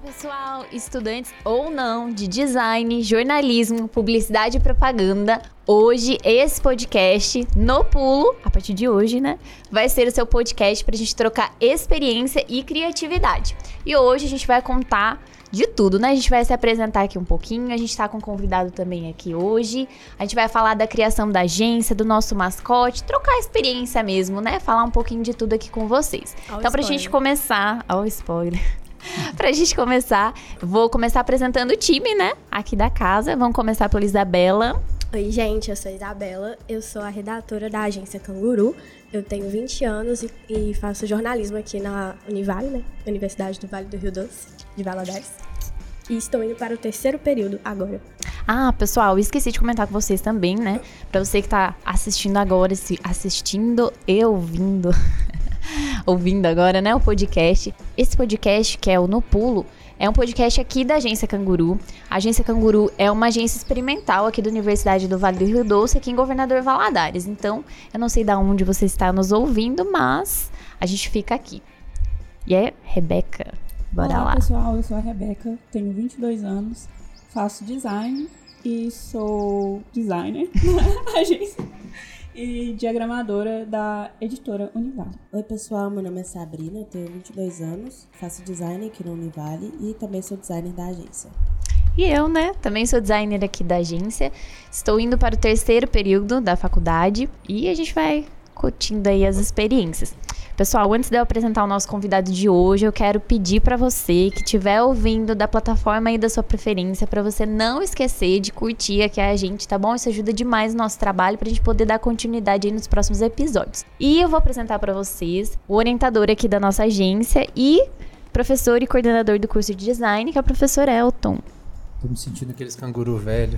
Pessoal, estudantes ou não de design, jornalismo, publicidade e propaganda, hoje esse podcast no Pulo, a partir de hoje, né, vai ser o seu podcast pra gente trocar experiência e criatividade. E hoje a gente vai contar de tudo, né? A gente vai se apresentar aqui um pouquinho, a gente tá com um convidado também aqui hoje, a gente vai falar da criação da agência, do nosso mascote, trocar experiência mesmo, né? Falar um pouquinho de tudo aqui com vocês. Então, pra gente começar... Ó, o spoiler... Pra gente começar, vou começar apresentando o time, né? Aqui da casa. Vamos começar pela Isabela. Oi, gente, eu sou a Isabela. Eu sou a redatora da agência Canguru. Eu tenho 20 anos e faço jornalismo aqui na Univale, né? Universidade do Vale do Rio Doce, de Valadares. E estou indo para o terceiro período agora. Ah, pessoal, esqueci de comentar com vocês também, né? Pra você que tá assistindo agora, assistindo e ouvindo... ouvindo agora, né, o podcast. Esse podcast, que é o No Pulo, é um podcast aqui da Agência Canguru. A Agência Canguru é uma agência experimental aqui da Universidade do Vale do Rio Doce, aqui em Governador Valadares. Então, eu não sei de onde você está nos ouvindo, mas a gente fica aqui. E é Rebeca. Bora lá. Olá, pessoal, eu sou a Rebeca, tenho 22 anos, faço design e sou designer na agência. E diagramadora da editora Univale. Oi, pessoal, meu nome é Sabrina, eu tenho 22 anos, faço design aqui na Univale e também sou designer da agência. E eu, né, também sou designer aqui da agência, estou indo para o terceiro período da faculdade e a gente vai curtindo aí as experiências. Pessoal, antes de eu apresentar o nosso convidado de hoje, eu quero pedir para você que estiver ouvindo da plataforma aí da sua preferência, para você não esquecer de curtir aqui a gente, tá bom? Isso ajuda demais o nosso trabalho pra gente poder dar continuidade aí nos próximos episódios. E eu vou apresentar para vocês o orientador aqui da nossa agência e professor e coordenador do curso de design, que é o professor Elton. Tô me sentindo aqueles canguru velho.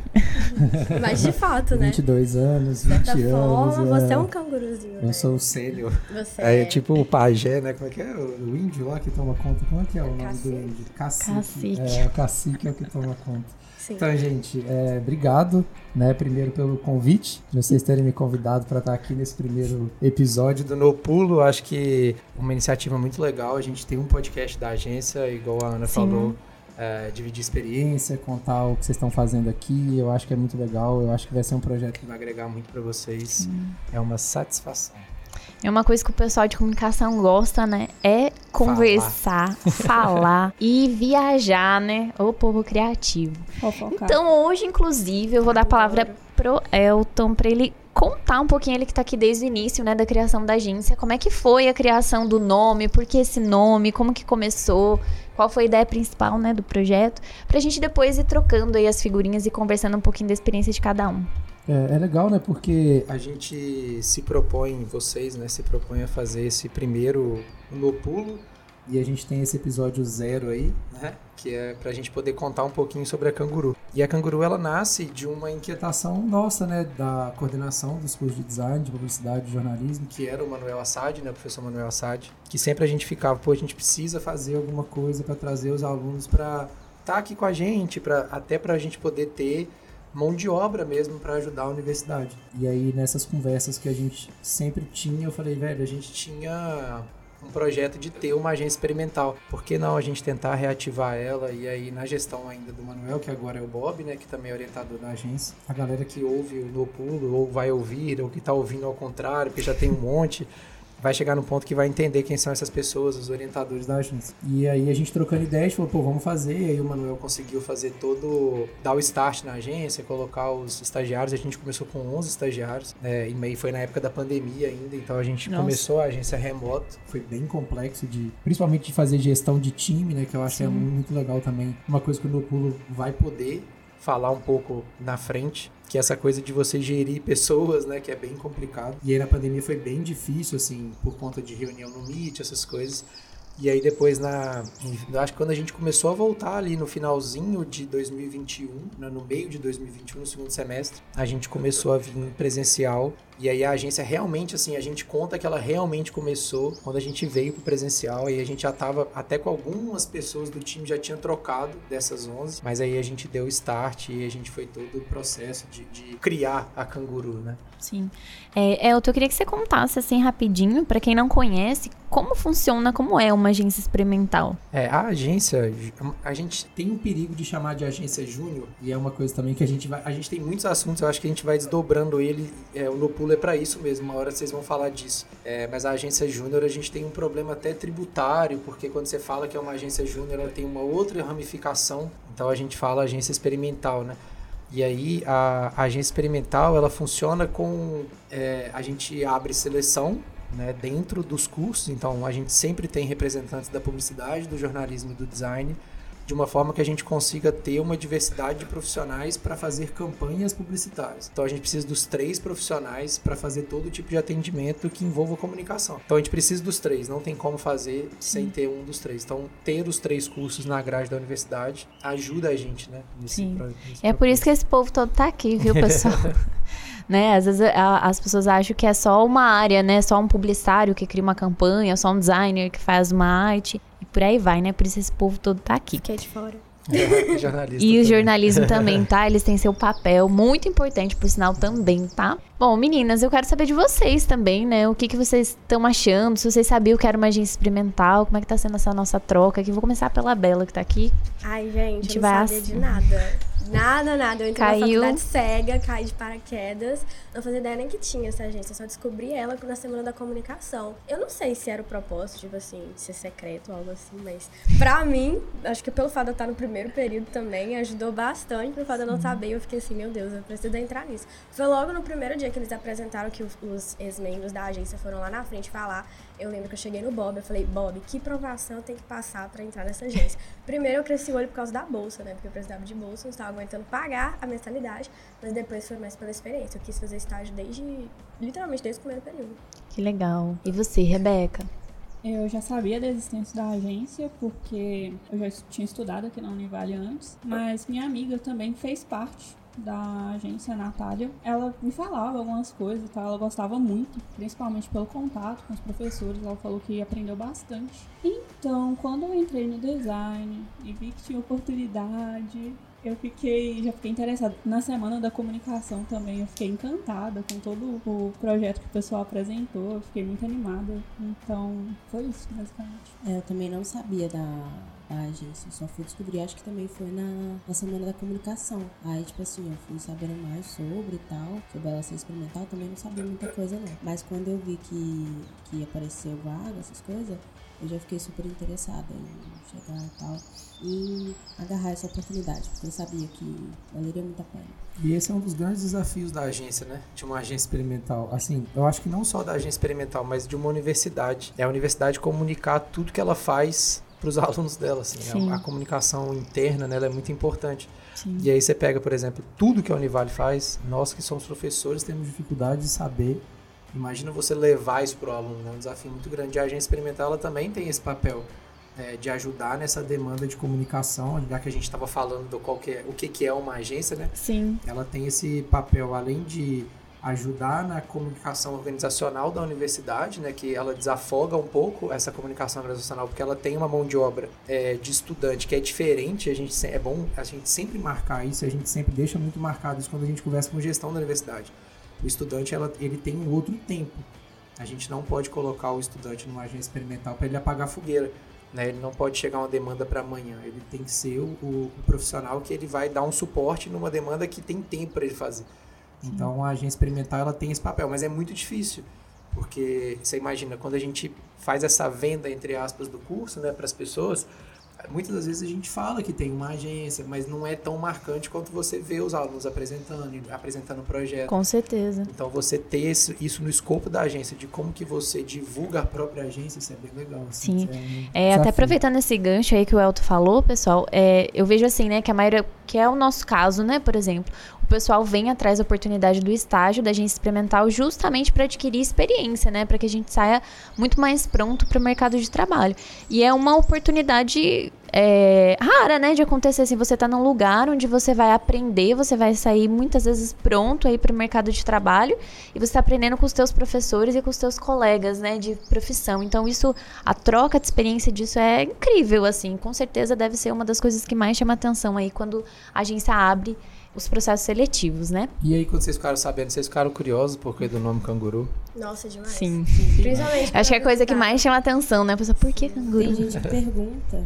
Mas de fato, né? 22 anos, 20 anos. Você é um canguruzinho. Eu sou o sênior. Você é tipo o pajé, né? Como é que é? O índio lá que toma conta. Como é que é o nome do índio? Cacique. O cacique é o que toma conta. Sim. Então, gente, obrigado, né? Primeiro pelo convite, de vocês terem me convidado para estar aqui nesse primeiro episódio do No Pulo. Acho que uma iniciativa muito legal. A gente tem um podcast da agência, igual a Ana falou. Dividir experiência, contar o que vocês estão fazendo aqui, eu acho que é muito legal, eu acho que vai ser um projeto que vai agregar muito para vocês, é uma satisfação. É uma coisa que o pessoal de comunicação gosta, né? É conversar, falar e viajar, né? O povo criativo. Então hoje, inclusive, eu vou dar a palavra pro Elton, para ele contar um pouquinho, ele que tá aqui desde o início, né, da criação da agência, como é que foi a criação do nome, por que esse nome, como que começou, qual foi a ideia principal, né, do projeto, pra gente depois ir trocando aí as figurinhas e conversando um pouquinho da experiência de cada um. É legal, né, porque a gente se propõe, vocês, né, se propõem a fazer esse primeiro No Pulo, e a gente tem esse episódio 0 aí, né, que é pra gente poder contar um pouquinho sobre a Canguru. E a Canguru, ela nasce de uma inquietação nossa, né, da coordenação dos cursos de design, de publicidade, de jornalismo, que era o Manuel Assad, né, o professor Manuel Assad, que sempre a gente ficava, a gente precisa fazer alguma coisa para trazer os alunos para estar aqui com a gente, até pra gente poder ter mão de obra mesmo para ajudar a universidade. E aí, nessas conversas que a gente sempre tinha, eu falei, velho, a gente tinha um projeto de ter uma agência experimental. Por que não a gente tentar reativar ela? E aí, na gestão ainda do Manuel, que agora é o Bob, né, que também é orientador da agência, a galera que ouve o No Pulo, ou vai ouvir, ou que tá ouvindo ao contrário, porque já tem um monte, vai chegar no ponto que vai entender quem são essas pessoas, os orientadores da agência. E aí a gente trocando ideias, falou, vamos fazer. E aí o Manuel conseguiu fazer dar o start na agência, colocar os estagiários. A gente começou com 11 estagiários, e meio foi na época da pandemia ainda, então a gente começou a agência remoto. Foi bem complexo, principalmente de fazer gestão de time, né, que eu acho que é muito legal também. Uma coisa que o No Pulo vai poder falar um pouco na frente, que é essa coisa de você gerir pessoas, né, que é bem complicado. E aí na pandemia foi bem difícil, assim, por conta de reunião no Meet, essas coisas. E aí depois, acho que quando a gente começou a voltar ali no finalzinho de 2021, no meio de 2021, no segundo semestre, a gente começou a vir presencial. E aí a agência realmente, assim, a gente conta que ela realmente começou quando a gente veio pro presencial, e a gente já tava até com algumas pessoas do time já tinha trocado dessas 11, mas aí a gente deu start e a gente foi todo o processo de criar a Canguru, né? Sim. Elton, eu queria que você contasse, assim, rapidinho, pra quem não conhece, como funciona, como é uma agência experimental. A agência, a gente tem um perigo de chamar de agência júnior, e é uma coisa também que a gente tem muitos assuntos, eu acho que a gente vai desdobrando ele, o No Pulo é pra isso mesmo, uma hora vocês vão falar disso. Mas a agência júnior, a gente tem um problema até tributário, porque quando você fala que é uma agência júnior, ela tem uma outra ramificação, então a gente fala agência experimental, né? E aí a agência experimental, ela funciona com, a gente abre seleção, né, dentro dos cursos, então a gente sempre tem representantes da publicidade, do jornalismo e do design, de uma forma que a gente consiga ter uma diversidade de profissionais para fazer campanhas publicitárias. Então a gente precisa dos 3 profissionais para fazer todo tipo de atendimento que envolva comunicação. Então a gente precisa dos 3, não tem como fazer sem ter um dos 3. Então ter os 3 cursos na grade da universidade ajuda a gente, né? Sim. É por isso que esse povo todo tá aqui, viu, pessoal? Né? Às vezes as pessoas acham que é só uma área, né? Só um publicitário que cria uma campanha, só um designer que faz uma arte. E por aí vai, né? Por isso esse povo todo tá aqui. Fiquei de fora. E o jornalismo também, tá? Eles têm seu papel muito importante, por sinal, também, tá? Bom, meninas, eu quero saber de vocês também, né? O que vocês estão achando, se vocês sabiam que era uma agência experimental, como é que tá sendo essa nossa troca aqui. Vou começar pela Bela, que tá aqui. Ai, gente, eu não sabia de nada. Nada. Eu entrei na faculdade cega, caí de paraquedas. Não fazia ideia nem que tinha essa agência. Eu só descobri ela na Semana da Comunicação. Eu não sei se era o propósito, tipo assim, ser secreto ou algo assim, mas pra mim, acho que pelo fato de eu estar no primeiro período também, ajudou bastante. Pelo fato de eu não saber, eu fiquei assim, meu Deus, eu preciso entrar nisso. Foi logo no primeiro dia que eles apresentaram que os ex-membros da agência foram lá na frente falar. Eu lembro que eu cheguei no Bob, eu falei, Bob, que provação eu tenho que passar pra entrar nessa agência? Primeiro eu cresci o olho por causa da bolsa, né? Porque eu precisava de bolsa, não estava aguentando pagar a mensalidade, mas depois foi mais pela experiência. Eu quis fazer estágio literalmente desde o primeiro período. Que legal. E você, Rebeca? Eu já sabia da existência da agência, porque eu já tinha estudado aqui na Univale antes, mas minha amiga também fez parte da agência, a Natália. Ela me falava algumas coisas e tal, ela gostava muito, principalmente pelo contato com os professores, ela falou que aprendeu bastante. Então, quando eu entrei no design e vi que tinha oportunidade, já fiquei interessada. Na Semana da Comunicação também, eu fiquei encantada com todo o projeto que o pessoal apresentou, eu fiquei muito animada. Então, foi isso, basicamente. Eu também não sabia da agência, só fui descobrir, acho que também foi na Semana da Comunicação. Aí, tipo assim, eu fui sabendo mais sobre e tal, sobre ela ser experimental, também não sabia muita coisa não. Mas quando eu vi que apareceu vaga, essas coisas, eu já fiquei super interessada em chegar e tal, e agarrar essa oportunidade, porque eu sabia que valeria muito a pena. E esse é um dos grandes desafios da agência, né? De uma agência experimental. Assim, eu acho que não só da agência experimental, mas de uma universidade. É a universidade comunicar tudo que ela faz para os alunos dela, assim. A comunicação interna, né, ela é muito importante. Sim. E aí você pega, por exemplo, tudo que a Univale faz, nós que somos professores temos dificuldade de saber. Imagina você levar isso para o aluno, né? É um desafio muito grande. A agência experimental, ela também tem esse papel de ajudar nessa demanda de comunicação, já que a gente estava falando do o que é uma agência, né? Sim. Ela tem esse papel, além de ajudar na comunicação organizacional da universidade, né, que ela desafoga um pouco essa comunicação organizacional, porque ela tem uma mão de obra de estudante que é diferente. É bom a gente sempre marcar isso, a gente sempre deixa muito marcado isso quando a gente conversa com gestão da universidade. O estudante, ele tem um outro tempo. A gente não pode colocar o estudante numa agência experimental para ele apagar a fogueira, né? Ele não pode chegar uma demanda para amanhã. Ele tem que ser o profissional que ele vai dar um suporte numa demanda que tem tempo para ele fazer. Sim. Então, a agência experimental, ela tem esse papel, mas é muito difícil, porque você imagina, quando a gente faz essa venda, entre aspas, do curso, né, para as pessoas, muitas das vezes a gente fala que tem uma agência, mas não é tão marcante quanto você vê os alunos apresentando o projeto. Com certeza. Então, você ter isso no escopo da agência, de como que você divulga a própria agência, isso é bem legal. Assim. Sim. Até aproveitando esse gancho aí que o Elton falou, pessoal, eu vejo assim, né, que a maioria, que é o nosso caso, né, por exemplo, o o pessoal vem atrás da oportunidade do estágio, da agência experimental, justamente para adquirir experiência, né? Para que a gente saia muito mais pronto para o mercado de trabalho. E é uma oportunidade rara, né? De acontecer assim, você tá num lugar onde você vai aprender, você vai sair muitas vezes pronto aí para o mercado de trabalho e você tá aprendendo com os teus professores e com os teus colegas, né? De profissão. Então isso, a troca de experiência disso é incrível, assim. Com certeza deve ser uma das coisas que mais chama atenção aí quando a agência abre os processos seletivos, né? E aí, quando vocês ficaram sabendo, vocês ficaram curiosos por que do nome Canguru? Nossa, demais. Sim. Principalmente Acho que é a coisa que mais chama atenção, né? A pessoa, por que canguru? Tem gente que pergunta.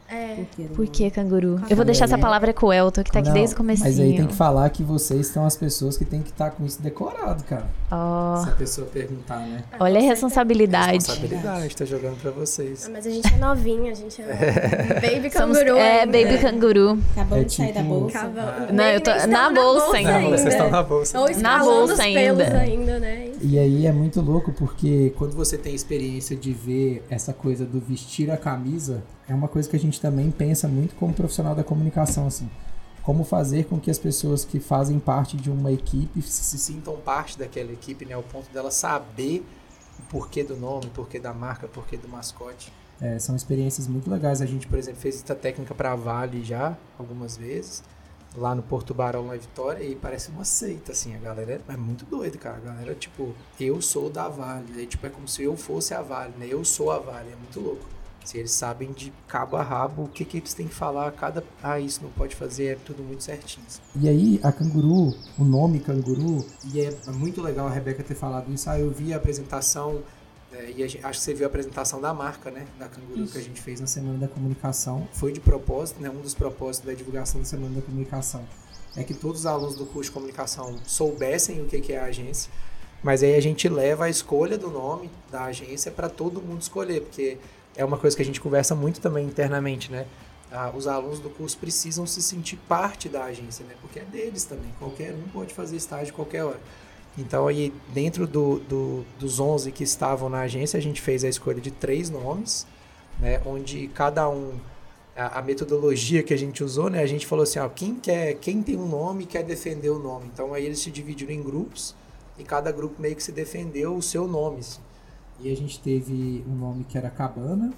Por que canguru? Eu vou deixar essa palavra com o Elton, que tá aqui desde o comecinho. Mas aí tem que falar que vocês são as pessoas que tem que estar com isso decorado, cara. Se a pessoa perguntar, né? Olha a responsabilidade. Responsabilidade, tá jogando pra vocês. Mas a gente é novinha, a gente é baby canguru. Baby canguru. Acabamos de sair da bolsa. Não, eu tô na bolsa ainda. Não, vocês estão na bolsa. Ou na bolsa ainda, né? E aí é muito louco porque quando você tem experiência de ver essa coisa do vestir a camisa, é uma coisa que a gente também pensa muito como profissional da comunicação, assim. Como fazer com que as pessoas que fazem parte de uma equipe se sintam parte daquela equipe, né? Ao ponto dela saber o porquê do nome, o porquê da marca, o porquê do mascote. São experiências muito legais. A gente, por exemplo, fez essa técnica para a Vale já algumas vezes, lá no Porto Barão, na Vitória, e parece uma seita, assim. A galera é muito doida, cara. A galera, tipo, eu sou da Vale. Aí, tipo, é como se eu fosse a Vale, né? Eu sou a Vale. É muito louco. Se eles sabem de cabo a rabo o que eles têm que falar, isso não pode fazer, é tudo muito certinho. E aí, a Canguru, o nome Canguru, e é muito legal a Rebeca ter falado isso. Eu vi a apresentação, acho que você viu a apresentação da marca, né, da Canguru, que a gente fez na Semana da Comunicação. Foi de propósito, né, um dos propósitos da divulgação da Semana da Comunicação é que todos os alunos do curso de comunicação soubessem o que é a agência, mas aí a gente leva a escolha do nome da agência para todo mundo escolher, porque é uma coisa que a gente conversa muito também internamente, né? Os alunos do curso precisam se sentir parte da agência, né? Porque é deles também. Qualquer um pode fazer estágio qualquer hora. Então, aí, dentro dos 11 que estavam na agência, a gente fez a escolha de 3 nomes, né? Onde cada um... A metodologia que a gente usou, né? A gente falou assim, quem tem um nome quer defender o nome. Então, aí eles se dividiram em grupos e cada grupo meio que se defendeu o seu nome, assim. E a gente teve um nome que era Cabana,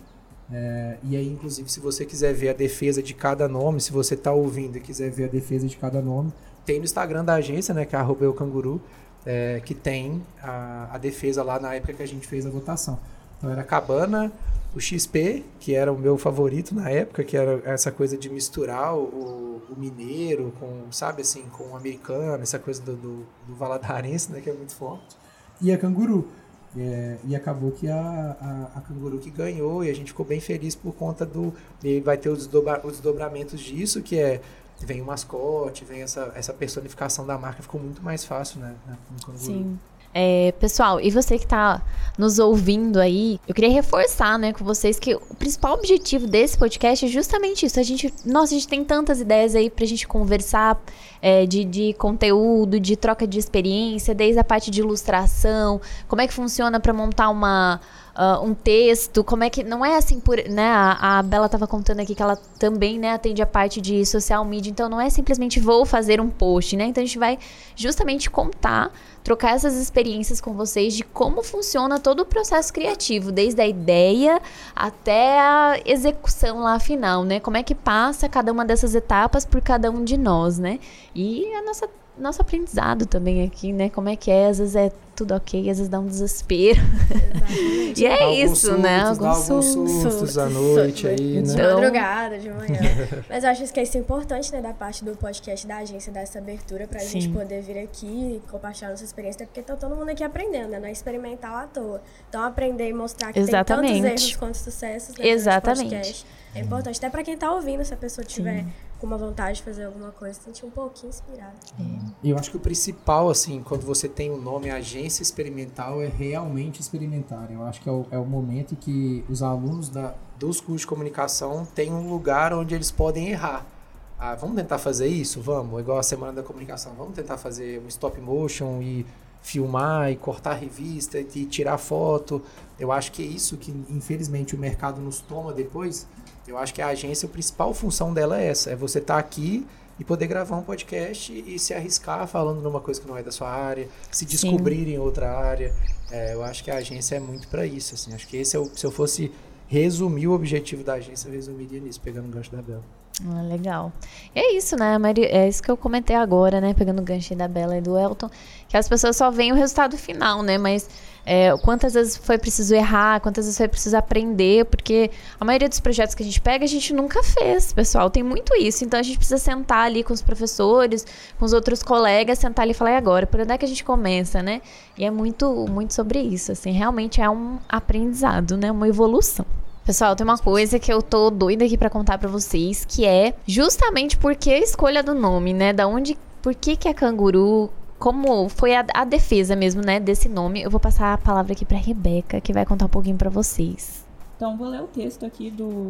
e aí, inclusive, se você quiser ver a defesa de cada nome, se você está ouvindo e quiser ver a defesa de cada nome, tem no Instagram da agência, né, que é @eucanguru, que tem a defesa lá na época que a gente fez a votação. Então era Cabana, o XP, que era o meu favorito na época, que era essa coisa de misturar o mineiro com, sabe, assim, com o americano, essa coisa do valadarense, né, que é muito forte, e a Canguru. E acabou que a Canguru que ganhou, e a gente ficou bem feliz por conta e vai ter os desdobramentos disso, que vem o mascote, vem essa personificação da marca, ficou muito mais fácil, né, no Canguru. Sim. Pessoal, e você que tá nos ouvindo aí, eu queria reforçar, né, com vocês que o principal objetivo desse podcast é justamente isso. A gente tem tantas ideias aí pra gente conversar, de conteúdo, de troca de experiência, desde a parte de ilustração, como é que funciona pra montar um texto, como é que... Não é assim, né, a Bela estava contando aqui que ela também, né, atende a parte de social media, então não é simplesmente vou fazer um post, né? Então a gente vai justamente trocar essas experiências com vocês de como funciona todo o processo criativo, desde a ideia até a execução lá final, né? Como é que passa cada uma dessas etapas por cada um de nós, né? E a nosso aprendizado também aqui, né? Como é que é? Às vezes é tudo ok, às vezes dá um desespero. Exatamente. E é isso, né? Alguns sustos à noite aí, né? De madrugada, de manhã. Mas eu acho que isso é importante, né? Da parte do podcast da agência, dar essa abertura pra gente poder vir aqui e compartilhar nossa experiência, porque tá todo mundo aqui aprendendo, né? Não é experimental à toa. Então, aprender e mostrar que tem tantos erros quanto sucessos, né? Exatamente. É importante, até pra quem tá ouvindo, se a pessoa tiver com uma vontade de fazer alguma coisa, se sentir um pouquinho inspirado. E eu acho que o principal, assim, quando você tem o nome agência experimental, é realmente experimentar. Eu acho que é o momento que os alunos dos cursos de comunicação têm um lugar onde eles podem errar. Vamos tentar fazer isso? Vamos, igual a Semana da Comunicação. Vamos tentar fazer um stop motion e filmar e cortar a revista e tirar foto. Eu acho que é isso que, infelizmente, o mercado nos toma depois. Eu acho que a agência, a principal função dela é essa. É você estar aqui e poder gravar um podcast e se arriscar falando numa coisa que não é da sua área, se descobrir em outra área. Eu acho que a agência é muito para isso, assim. Acho que esse se eu fosse resumir o objetivo da agência, eu resumiria nisso, pegando o gancho da Bela. Legal. E é isso, né? É isso que eu comentei agora, né? Pegando o gancho da Bela e do Elton, que as pessoas só veem o resultado final, né? Mas quantas vezes foi preciso errar, quantas vezes foi preciso aprender, porque a maioria dos projetos que a gente pega, a gente nunca fez, pessoal. Tem muito isso. Então, a gente precisa sentar ali com os professores, com os outros colegas, sentar ali e falar, e agora? Por onde é que a gente começa, né? E é muito, muito sobre isso, assim. Realmente é um aprendizado, né? Uma evolução. Pessoal, tem uma coisa que eu tô doida aqui pra contar pra vocês, que é justamente porque a escolha do nome, né? Por que é Canguru? Como foi a defesa mesmo, né, desse nome? Eu vou passar a palavra aqui pra Rebeca, que vai contar um pouquinho pra vocês. Então, vou ler o texto aqui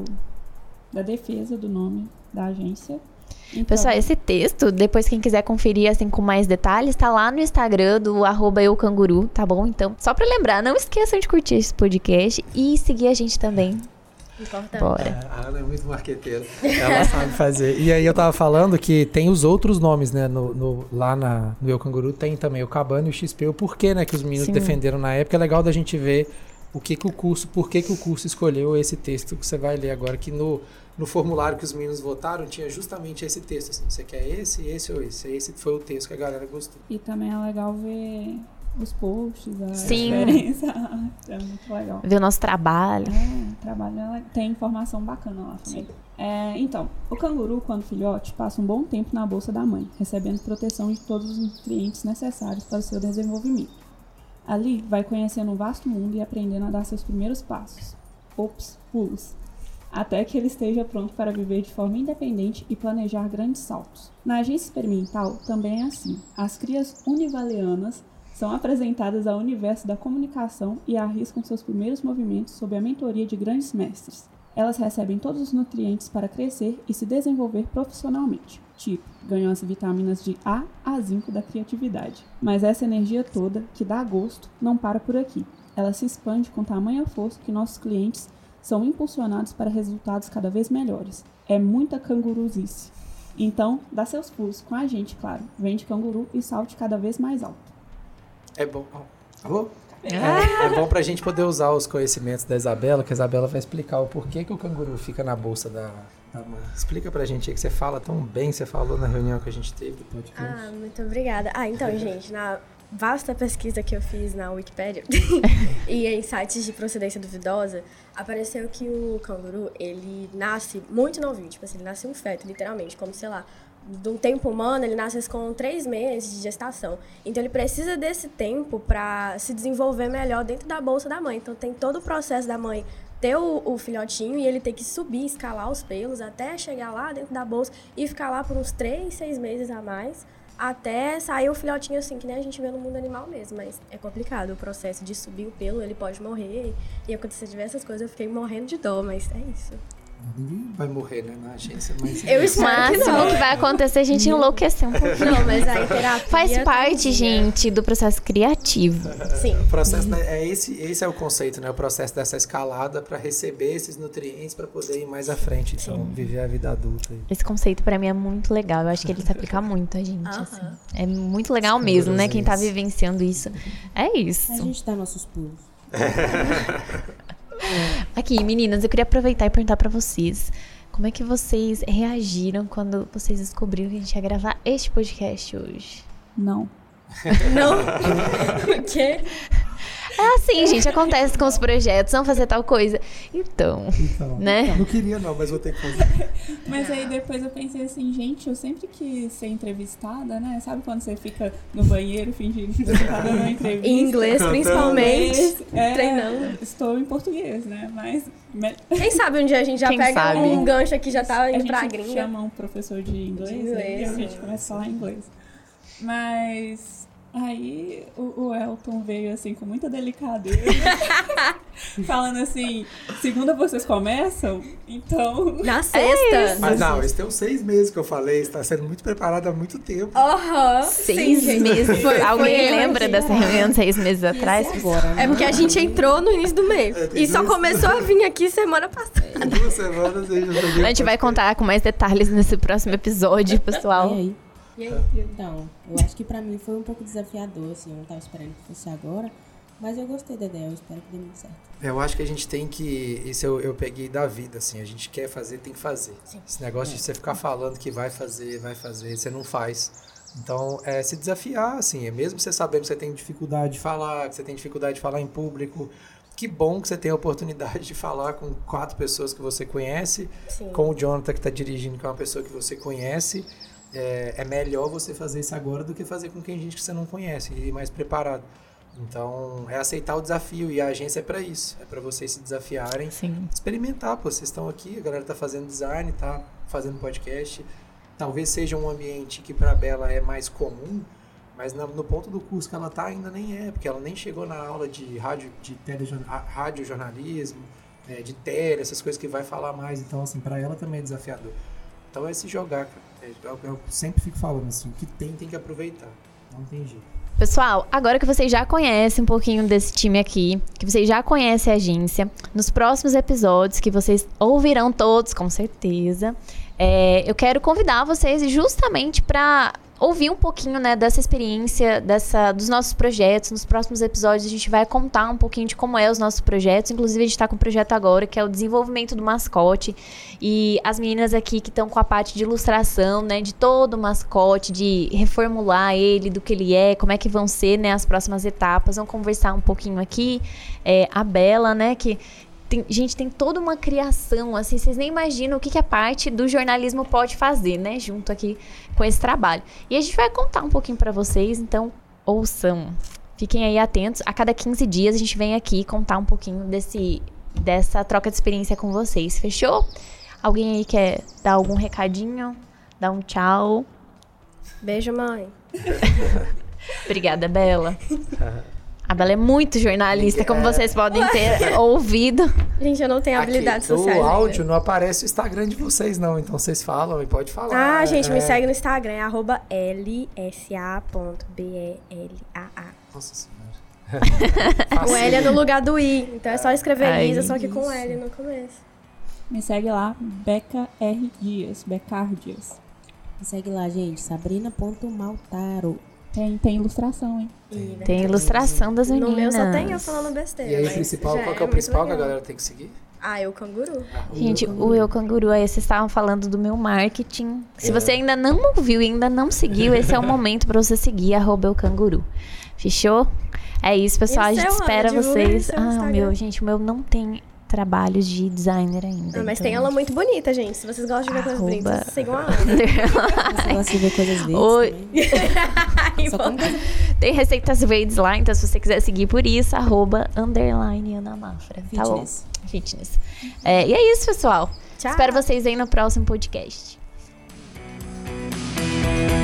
da defesa do nome da agência. Então, pessoal, esse texto, depois quem quiser conferir assim com mais detalhes, tá lá no Instagram do @eucanguru, tá bom? Então, só pra lembrar, não esqueçam de curtir esse podcast e seguir a gente também. Importante. Bora. A Ana é muito marqueteira, ela sabe fazer. E aí eu tava falando que tem os outros nomes, né, lá no Eu Canguru tem também o Cabana e o XP, o porquê, né, que os meninos defenderam na época. É legal da gente ver por que o curso escolheu esse texto que você vai ler agora, que no formulário que os meninos votaram tinha justamente esse texto, assim, você quer esse ou esse? Esse foi o texto que a galera gostou. E também é legal ver os posts, a Sim. diferença. É muito legal. Ver o nosso trabalho. O trabalho tem informação bacana lá também. Então, o canguru, quando filhote, passa um bom tempo na bolsa da mãe, recebendo proteção de todos os nutrientes necessários para o seu desenvolvimento. Ali, vai conhecendo um vasto mundo e aprendendo a dar seus primeiros passos. Pulos. Até que ele esteja pronto para viver de forma independente e planejar grandes saltos. Na agência experimental, também é assim. As crias univalianas são apresentadas ao universo da comunicação e arriscam seus primeiros movimentos sob a mentoria de grandes mestres. Elas recebem todos os nutrientes para crescer e se desenvolver profissionalmente. Tipo, ganham as vitaminas de A a zinco da criatividade. Mas essa energia toda, que dá gosto, não para por aqui. Ela se expande com tamanha força que nossos clientes são impulsionados para resultados cada vez melhores. É muita canguruzice. Então, dá seus pulos com a gente, claro. Vende canguru e salte cada vez mais alto. É bom. É bom pra gente poder usar os conhecimentos da Isabela, que a Isabela vai explicar o porquê que o canguru fica na bolsa da mãe. Explica pra gente aí, que você fala tão bem, você falou na reunião que a gente teve do podcast. Muito obrigada. Então, gente, na vasta pesquisa que eu fiz na Wikipédia e em sites de procedência duvidosa, apareceu que o canguru, ele nasce muito novinho, tipo assim, ele nasce um feto, literalmente, como, sei lá, de um tempo humano, ele nasce com 3 meses de gestação. Então, ele precisa desse tempo para se desenvolver melhor dentro da bolsa da mãe. Então, tem todo o processo da mãe ter o filhotinho e ele ter que subir, escalar os pelos até chegar lá dentro da bolsa e ficar lá por uns 3, 6 meses a mais, até sair o filhotinho assim, que nem a gente vê no mundo animal mesmo. Mas é complicado o processo de subir o pelo, ele pode morrer e acontecer diversas coisas. Eu fiquei morrendo de dor, mas é isso. Ninguém vai morrer, né, na agência, mas... Eu espero que máximo não. que vai acontecer é a gente enlouquecer um pouquinho. Não, mas a terapia Faz parte, tá gente, do processo criativo. Sim. O processo, né, esse é o conceito, né? O processo dessa escalada para receber esses nutrientes para poder ir mais à frente, então viver a vida adulta. Esse conceito pra mim é muito legal. Eu acho que ele se aplica muito a gente. Assim. É muito legal mesmo, né? Quem tá vivenciando isso. É isso. A gente dá nossos pulos. Aqui, meninas, eu queria aproveitar e perguntar pra vocês. Como é que vocês reagiram quando vocês descobriram que a gente ia gravar este podcast hoje? Não. Não? O quê? É assim, gente, acontece com os projetos, vamos fazer tal coisa. Então, né? Não queria não, mas vou ter que fazer. Mas aí depois eu pensei assim, gente, eu sempre quis ser entrevistada, né? Sabe quando você fica no banheiro fingindo que você tá dando uma entrevista? Em inglês, principalmente, treinando. Estou em português, né? Mas... Quem sabe um dia a gente já pega um gancho aqui, já tá indo pra A gente gringa. chama um professor de inglês. De inglês. E a gente começa a falar inglês. Mas Aí o Elton veio assim com muita delicadeza, falando assim, segunda vocês começam? Então... Na sexta. Mas não, esse tem uns 6 meses que eu falei, está sendo muito preparado há muito tempo. Aham. 6 meses. Alguém lembra dessa reunião de 6 meses atrás? Agora, né? É porque a gente entrou no início do mês. tem E só duas- começou a vir aqui semana passada. Em 2 semanas eu já sabia. A gente vai contar com mais detalhes nesse próximo episódio, pessoal. E aí? E aí? Então, eu acho que pra mim foi um pouco desafiador, assim, eu não tava esperando que fosse agora, mas eu gostei da ideia, eu espero que dê muito certo. Eu acho que a gente tem que... Isso eu peguei da vida, assim. A gente quer fazer, tem que fazer. Esse negócio de você ficar falando que vai fazer, você não faz. Então, é se desafiar, assim. Mesmo você sabendo que você tem dificuldade de falar, que você tem dificuldade de falar em público, que bom que você tem a oportunidade de falar com 4 pessoas que você conhece, Sim. com o Jonathan que está dirigindo, que é uma pessoa que você conhece. É melhor você fazer isso agora do que fazer com quem gente que você não conhece e ir mais preparado. Então, é aceitar o desafio e a agência é para isso. É para vocês se desafiarem, Sim. experimentar. Pô, vocês estão aqui, a galera tá fazendo design, tá fazendo podcast. Talvez seja um ambiente que para a Bela é mais comum, mas no ponto do curso que ela tá ainda nem é, porque ela nem chegou na aula de radiojornalismo, de tele, essas coisas que vai falar mais. Então, assim, para ela também é desafiador. Então, é se jogar, cara. Eu sempre fico falando assim, o que tem que aproveitar. Não tem jeito. Pessoal, agora que vocês já conhecem um pouquinho desse time aqui, que vocês já conhecem a agência, nos próximos episódios, que vocês ouvirão todos, com certeza, eu quero convidar vocês justamente para ouvir um pouquinho, né, dessa experiência, dos nossos projetos. Nos próximos episódios a gente vai contar um pouquinho de como é os nossos projetos. Inclusive a gente está com um projeto agora que é o desenvolvimento do mascote. E as meninas aqui que estão com a parte de ilustração, né, de todo o mascote, de reformular ele, do que ele é, como é que vão ser, né, as próximas etapas. Vamos conversar um pouquinho aqui. A Bela, né, que... tem toda uma criação, assim, vocês nem imaginam o que a parte do jornalismo pode fazer, né, junto aqui com esse trabalho. E a gente vai contar um pouquinho pra vocês, então ouçam, fiquem aí atentos. A cada 15 dias a gente vem aqui contar um pouquinho dessa troca de experiência com vocês, fechou? Alguém aí quer dar algum recadinho? Dar um tchau? Beijo, mãe. Obrigada, Bela. A Bela é muito jornalista, como vocês podem ter ouvido. Gente, eu não tenho habilidades Aqui, sociais. no ainda. áudio não aparece o Instagram de vocês, não. Então vocês falam e pode falar. Ah, gente, me segue no Instagram, é @lsa.belaa. Nossa senhora. O L é no lugar do I, então é só escrever Ai, Isa, só que com L no começo. Me segue lá, Beca R. Dias, Becar Dias. Me segue lá, gente, sabrina.maltaro. Tem ilustração, hein? Tem ilustração das meninas. No meu só tem eu falando besteira. E aí, mas principal, já qual que é o muito principal que a legal. galera tem que seguir? Ah, o canguru. Gente, o Eu Canguru, aí vocês estavam falando do meu marketing. Se você ainda não ouviu e ainda não seguiu, esse é o momento pra você seguir, @eukanguru. Fechou? É isso, pessoal. E o A gente seu, espera Ana? Divulga aí vocês. seu O Instagram. meu, gente, o meu não tem trabalhos de designer ainda. Ah, mas então... tem ela muito bonita, gente. Se vocês gostam de ver coisas Arroba- bonitas, sigam a Ana. Você gosta de ver coisas verdes Oi. também? Só como coisa Tem receitas verdes lá, então se você quiser seguir por isso, @_Ana Mafra. Tá bom? fitness. Fitness. E é isso, pessoal. Tchau. Espero vocês aí no próximo podcast.